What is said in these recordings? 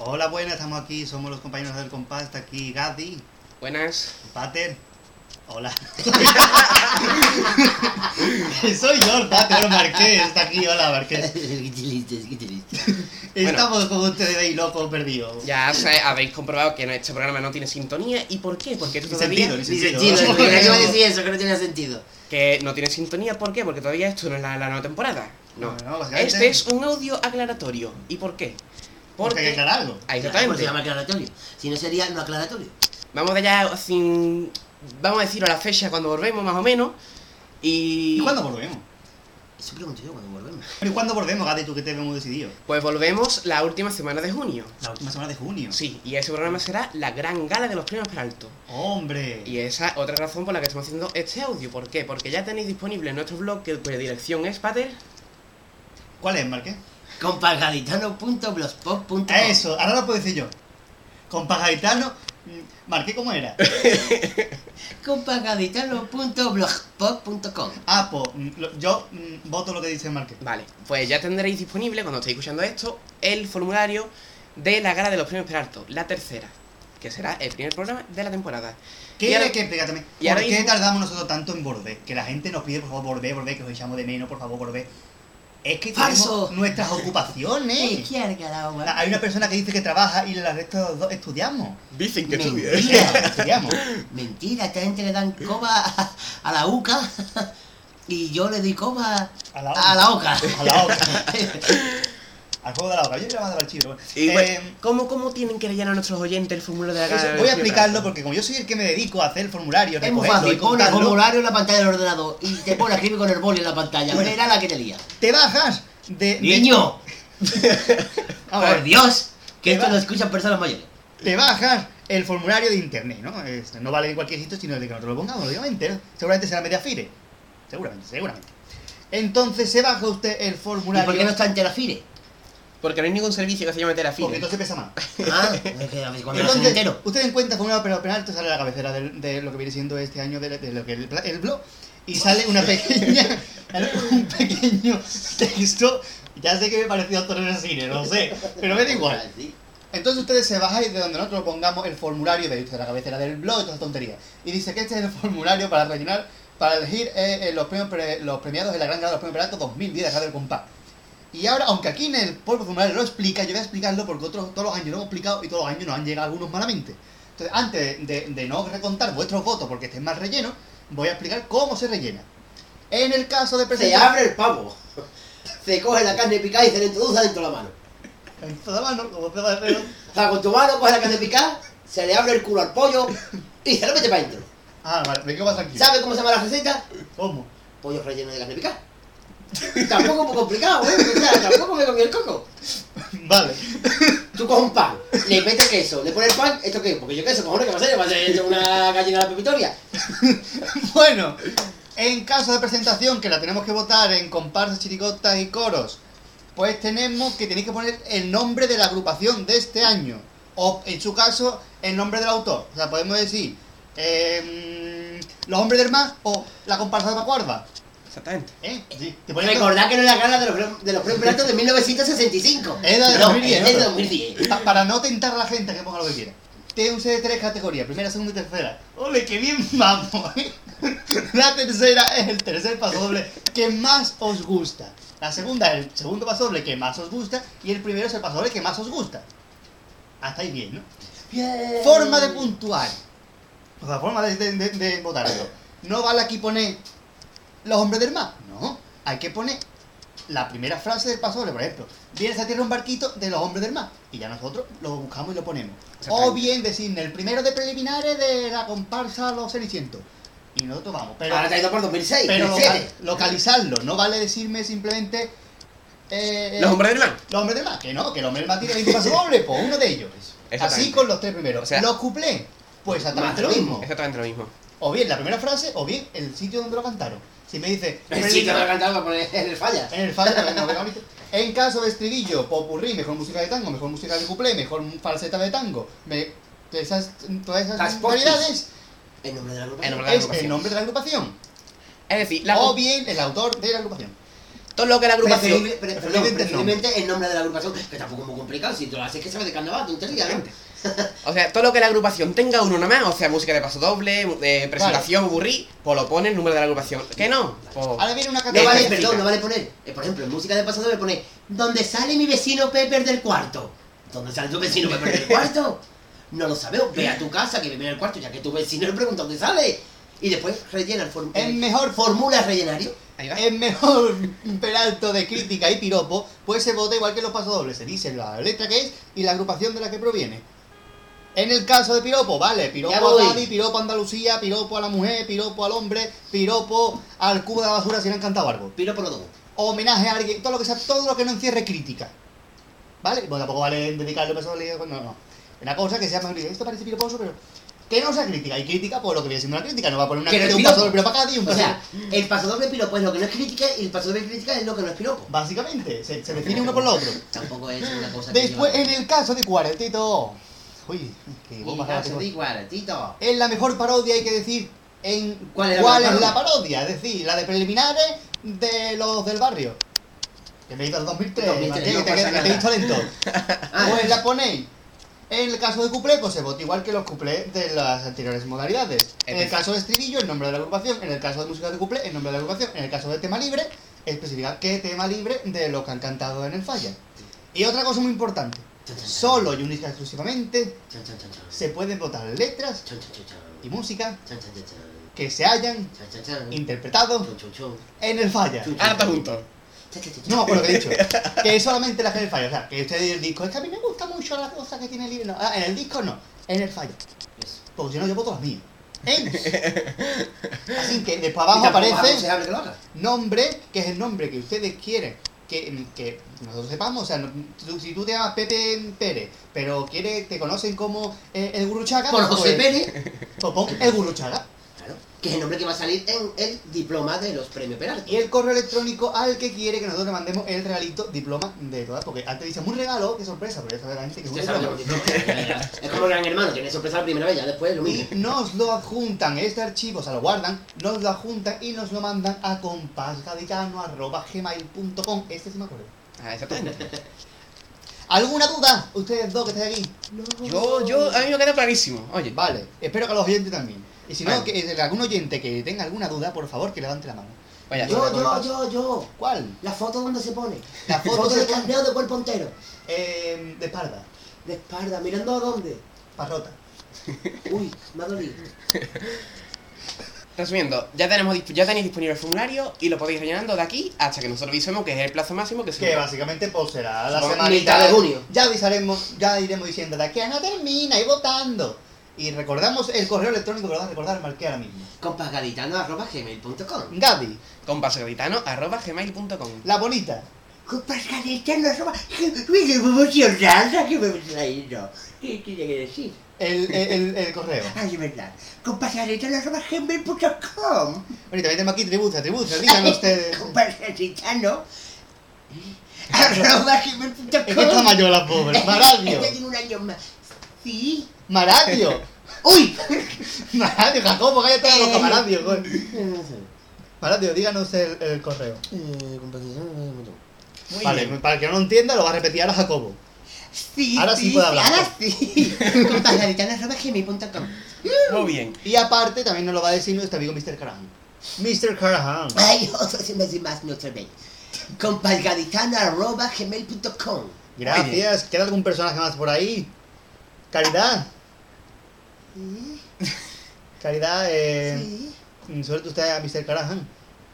Hola, buenas, estamos aquí, somos los compañeros del compás, está aquí Gadi, Buenas. Pater. Hola. Soy yo, el Pater, Marqués, está aquí, hola Marqués. Estamos con ustedes ahí locos perdidos. Ya habéis comprobado que este programa no tiene sintonía. ¿Y por qué? Porque esto Ni todavía... sentido, ni Ni sentido. sentido, que iba a decir eso, que no tenía sentido. Que no tiene sintonía, ¿por qué? Porque todavía esto no es la nueva temporada. No. No, básicamente- Este es un audio aclaratorio. ¿Y por qué? Porque hay que aclarar algo. Ah, Pues se exactamente. llama aclaratorio. Si no sería no aclaratorio. Vamos de allá sin... Vamos a decir a la fecha cuando volvemos, más o menos. ¿Y cuándo volvemos? Eso pregunto yo cuando volvemos. ¿Y cuándo volvemos, Gadi, tú que te hemos decidido? Pues volvemos la última semana de junio. La última semana de junio. Sí, y ese programa será la gran gala de los premios Peralto. ¡Hombre! Y esa es otra razón por la que estamos haciendo este audio. ¿Por qué? Porque ya tenéis disponible en nuestro blog, cuya dirección es, Pater. ¿Cuál es, Marqués? Compagaditano.blogspot.com. Eso, ahora lo puedo decir yo. Compagaditano. Marqué, ¿cómo era? Compagaditano.blogspot.com. Ah, pues yo voto lo que dice Marqués. Vale, pues ya tendréis disponible, cuando estéis escuchando esto, el formulario de la gala de los premios Peralto, la tercera, que será el primer programa de la temporada. ¿Qué Y ahora- hay que explícame? y ahora ¿Por qué mismo- tardamos nosotros tanto en volver? Que la gente nos pide, por favor, volver, que os echamos de menos, por favor, volver. Es que ¡Falso! tenemos nuestras ocupaciones. Hay una persona que dice que trabaja y el resto de los dos estudiamos. Dicen Mentira. Estudiamos. Mentira, a esta gente le dan coba a la UCA y yo le doy coba A la a la OCA. A la otra. Al juego de la otra. Yo le voy a dar al chile. Y bueno, ¿cómo tienen que rellenar nuestros oyentes el formulario de la gala? de los Voy a premios explicarlo Peralto? porque como yo soy el que me dedico a hacer el formulario, Es muy recogerlo y fácil, pone el contarlo, formulario en la pantalla del ordenador y te pone a escribir con el boli en la pantalla. Bueno. Verá la que te lía. te bajas de... ¡Niño! Vamos a ver. ¡Por Dios! Que Te esto va- lo escuchan personas mayores. Te bajas el formulario de internet, ¿no? No vale en cualquier sitio, sino de que nosotros lo pongamos, lógicamente, ¿no? Seguramente será Mediafire. Seguramente. Entonces se baja usted el ¿Y formulario. por qué no está en Terafire? Porque no hay ningún servicio que se llame Porque Terafire. entonces pesa más. Ah, es que a veces cuando lo hacen Entonces, entero. usted encuentra formulario pero penal, te sale la cabecera de lo que viene siendo este año de lo que el blog. Y sale un pequeño texto. Ya sé que me pareció actor en el cine, no sé, pero me da igual. Sí. Entonces ustedes se bajan de donde nosotros pongamos el formulario de la cabecera del blog y todas esas tonterías. Y dice que este es el formulario para rellenar, para elegir los premiados de la gran gala de los premios Peralto 2010 de Radio del Compás. Y ahora, aunque aquí en el polvo formulario lo explica, yo voy a explicarlo porque todos los años lo hemos explicado y todos los años nos han llegado algunos malamente. Entonces, antes de no recontar vuestros votos porque estén más rellenos, voy a explicar cómo se rellena. En el caso de Se presentar... abre el pavo. Se coge la carne picada y se le introduce dentro de la mano. En toda mano, como se va a hacer. O sea, con tu mano coge la carne picada, se le abre el culo al pollo y se lo mete para adentro. Ah, vale, me quedo más tranquilo. ¿Sabes cómo se llama la receta? ¿Cómo? Pollo relleno de carne picada. Tampoco es muy complicado, ¿eh? O sea, tampoco me comí el coco. Vale. Tú coges un pan, le metes queso, le pones el pan, ¿esto qué? Porque yo queso, cojones, ¿qué va a ser? ¿Va a ser hecho una gallina de la pepitoria? Bueno, en caso de presentación, que la tenemos que votar en comparsas, chiricotas y coros, pues tenéis que poner el nombre de la agrupación de este año. O, en su caso, el nombre del autor. O sea, podemos decir Los Hombres del Mar o La Comparsa de Macuarda. Exactamente. Sí. Te pones Recordad que no es la gala de los premios Peralto de 1965. Es la de No, 2010, es de ¿no? 2010. Para no tentar a la gente que ponga lo que quiera. Tiene un set de 3 categorías, primera, segunda y tercera. ¡Ole, qué bien vamos! La tercera es el tercer pasodoble que más os gusta. La segunda es el segundo pasodoble que más os gusta. Y el primero es el pasodoble que más os gusta. Hasta ahí bien, ¿no? Bien. Forma de puntuar. O sea, forma de votarlo. No vale aquí poner Los Hombres del Mar. No, hay que poner la primera frase del pasodoble, por ejemplo. Viene a tierra un barquito de Los Hombres del Mar. Y ya nosotros lo buscamos y lo ponemos. O bien decir el primero de preliminares de la comparsa Los Cenicientos. Y nosotros vamos. Pero, Ahora te ha ido por 2006. pero Mercedes. localizarlo. No vale decirme simplemente... Los hombres del mar. Los Hombres del Mar. Que no, que Los Hombres del Mar tiene 20 pasodobles. Pues uno de ellos. Así Exactamente. con los tres primeros. O sea, los cuplés. Pues exactamente lo más mismo. Exactamente lo mismo. O bien la primera frase, o bien el sitio donde lo cantaron. Si me dice... El sitio de cantar para poner en el falla. En el fallo, no, en caso de estribillo, popurrí, mejor música de tango, mejor música de cuplé, mejor falseta de tango, todas esas Las variedades, El nombre de la El agrupación. nombre de la es el nombre de la agrupación. Es decir, O bien el autor de la agrupación. todo lo que la agrupación... Preferiblemente el nombre de la agrupación, que tampoco es muy complicado, si tú lo haces que sabes de carnaval, tú te ¿no? O sea, todo lo que la agrupación tenga uno nada más, o sea, música de paso doble, de presentación, burrí, pues lo pone el número de la agrupación. ¿Qué no? Pues... Ahora viene una No categoría. vale, perdón, no vale poner, por ejemplo, en música de paso doble pone ¿dónde sale mi vecino Pepper del cuarto? ¿Dónde sale tu vecino Pepper del cuarto? No lo sabemos, ve a tu casa que vive en el cuarto, ya que tu vecino le pregunta dónde sale. Y después rellena el mejor fórmula rellenario. El mejor peralto de crítica y piropo, pues se vota igual que los pasodobles. Se dice la letra que es y la agrupación de la que proviene. En el caso de piropo, vale, piropo a Gaby, piropo a Andalucía, piropo a la mujer, piropo al hombre, piropo al cubo de la basura si le han cantado algo. Piropo lo dos. Homenaje a alguien, todo lo que sea, todo lo que no encierre crítica. ¿Vale? Bueno, tampoco vale dedicarle pasodoble, no. Una cosa que sea más... Esto parece piroposo, pero... Que no sea crítica, y crítica por lo que viene siendo una crítica, no va a poner una crítica, un pasodoble piropo para cada día, o sea, el pasodoble piropo es lo que no es crítica y el pasodoble crítica es lo que no es piropo. Básicamente, se define uno por lo otro. Tampoco es una cosa Después, en el caso de Cuartetito... Uy, que en el caso de Cuartetito. En la mejor parodia hay que decir en ¿Cuál es la parodia? Es decir, la de preliminares de los del barrio. Que me he ido al 2003, que te he visto lento. Pues la ponéis. En el caso de cuplé, pues se vota igual que los cuplés de las anteriores modalidades. En el caso de estribillo, el nombre de la agrupación. En el caso de música de cuplé, el nombre de la agrupación. En el caso de tema libre, especificar qué tema libre de lo que han cantado en el falla. Y otra cosa muy importante. Solo y única exclusivamente se pueden votar letras y música que se hayan interpretado en el falla. Ahora está junto. No, por lo que he dicho. Que es solamente la que en el falla. O sea, que usted dice el disco. Es que a mí me gusta mucho la cosa que tiene el libro. No, en el disco no. En el falla. Porque si no, yo voto las mías. Así que después abajo aparece nombre, que es el nombre que ustedes quieren que nosotros sepamos. O sea, si tú te llamas Pepe Pérez, pero te conocen como el Guruchaga, por José Pérez, pues pon el Guruchaga. Claro, que es el nombre que va a salir en el diploma de los premios Peralta. Y el correo electrónico al que quiere que nosotros le mandemos el regalito diploma de todas. Porque antes dice un regalo, qué sorpresa, pero ya sabe la gente que es un regalo. Es como el Gran Hermano, tiene sorpresa la primera vez, ya después lo mismo. Y nos lo adjuntan, este archivo, o sea, lo guardan, nos lo adjuntan y nos lo mandan a compasgaditano@gmail.com. Este sí me acuerdo. Ah, exactamente. ¿Alguna duda? Ustedes dos que estáis aquí. No. A mí me queda clarísimo. Oye, Vale, espero que a los oyentes también. Y si no, Vale. que algún oyente que tenga alguna duda, por favor, que levante la mano. vaya. Yo. ¿Cuál? La foto donde se pone. La foto de se pone- carneo de cuerpo entero. De espalda, De espalda, mirando a dónde. parrota. Uy, me ha dolido. Resumiendo, ya tenéis disponible el formulario y lo podéis rellenando de aquí hasta que nosotros avisemos que es el plazo máximo que se Que básicamente pues será la Mitad semanita de junio. Ya avisaremos, ya iremos diciendo de aquí a no termina y votando. Y recordamos el correo electrónico que lo vas a recordar, marqué ahora mismo. compasgaditano@gmail.com. Gaby, compasgaditano@gmail.com. la bonita. Compasgaditano@gmail.com. Me emocionada que me he traído. ¿Qué tiene que decir? El correo. Ay, es verdad. Compasgaditano@gmail.com. Bueno, y también tenemos aquí tribuza, díganlo ustedes. Compasgaditano@gmail.com. Es que está mayor la pobre. Maradio. Ella tiene un año más. Sí. Maradio. ¡Uy! Maradio, Jacobo, cállate la boca, Maradio, coño. Maradio, díganos el correo. Muy Vale, bien. para el que no lo entienda, lo va a repetir ahora Jacobo. Sí, Ahora sí puede hablar. Ahora sí. Compasgaditano@gmail.com. Muy bien. Y aparte, también nos lo va a decir nuestro amigo Mr. Carahan. Mr. Carahan. Ay, otro se me hace más no otra vez. Compasgaditano@gmail.com. Gracias. ¿Queda algún personaje más por ahí? Caridad. Caridad, Sí. suelte usted a Mr. Carahan.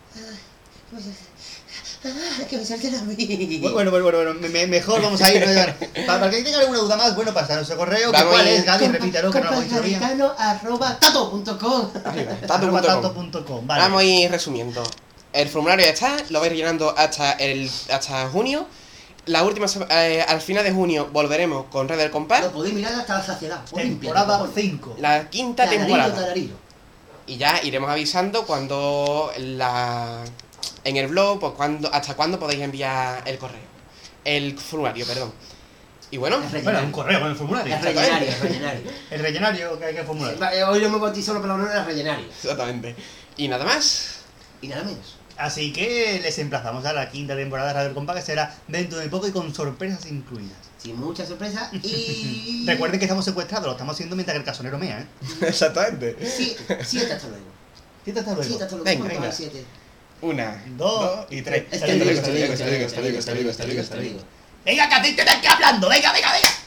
Que me salten a mí. Bueno, mejor vamos a ir. Para que tenga alguna duda más, bueno, pasa nuestro correo. Vamos ¿Cuál a ir. es, Gaby? Repítalo, que no lo hemos dicho bien. Compasgaditano@tato.com. Tato.com. Tato.com, vale. Vamos a ir resumiendo. El formulario ya está, lo vais rellenando hasta junio. La última al final de junio volveremos con Red del Compás. Lo podéis mirar hasta la saciedad. Temporada 5. La quinta temporada. Tararillo. Y ya iremos avisando cuando en el blog, pues hasta cuándo podéis enviar el correo. El formulario, perdón. Y bueno, Bueno, un correo con el formulario. Es rellenario, es rellenario. El rellenario que hay que formular. Hoy lo hemos bautizado solo para la honor, es rellenario. exactamente. Y nada más. Y nada menos. Así que les emplazamos a la quinta temporada de Radio El Compás, que será dentro de poco y con sorpresas incluidas. Sin mucha sorpresa y... Recuerden que estamos secuestrados, lo estamos haciendo mientras que el casonero mea, ¿eh? Exactamente. Sí, 7 hasta luego. Siete hasta luego. 7 hasta luego. Venga, ¿Cuánto venga. va el 7? 1, Dos 2 y 3. Hasta luego, hasta luego, hasta luego, hasta luego, hasta luego, hasta luego, hasta luego. Venga, que a ti te estás hablando, venga.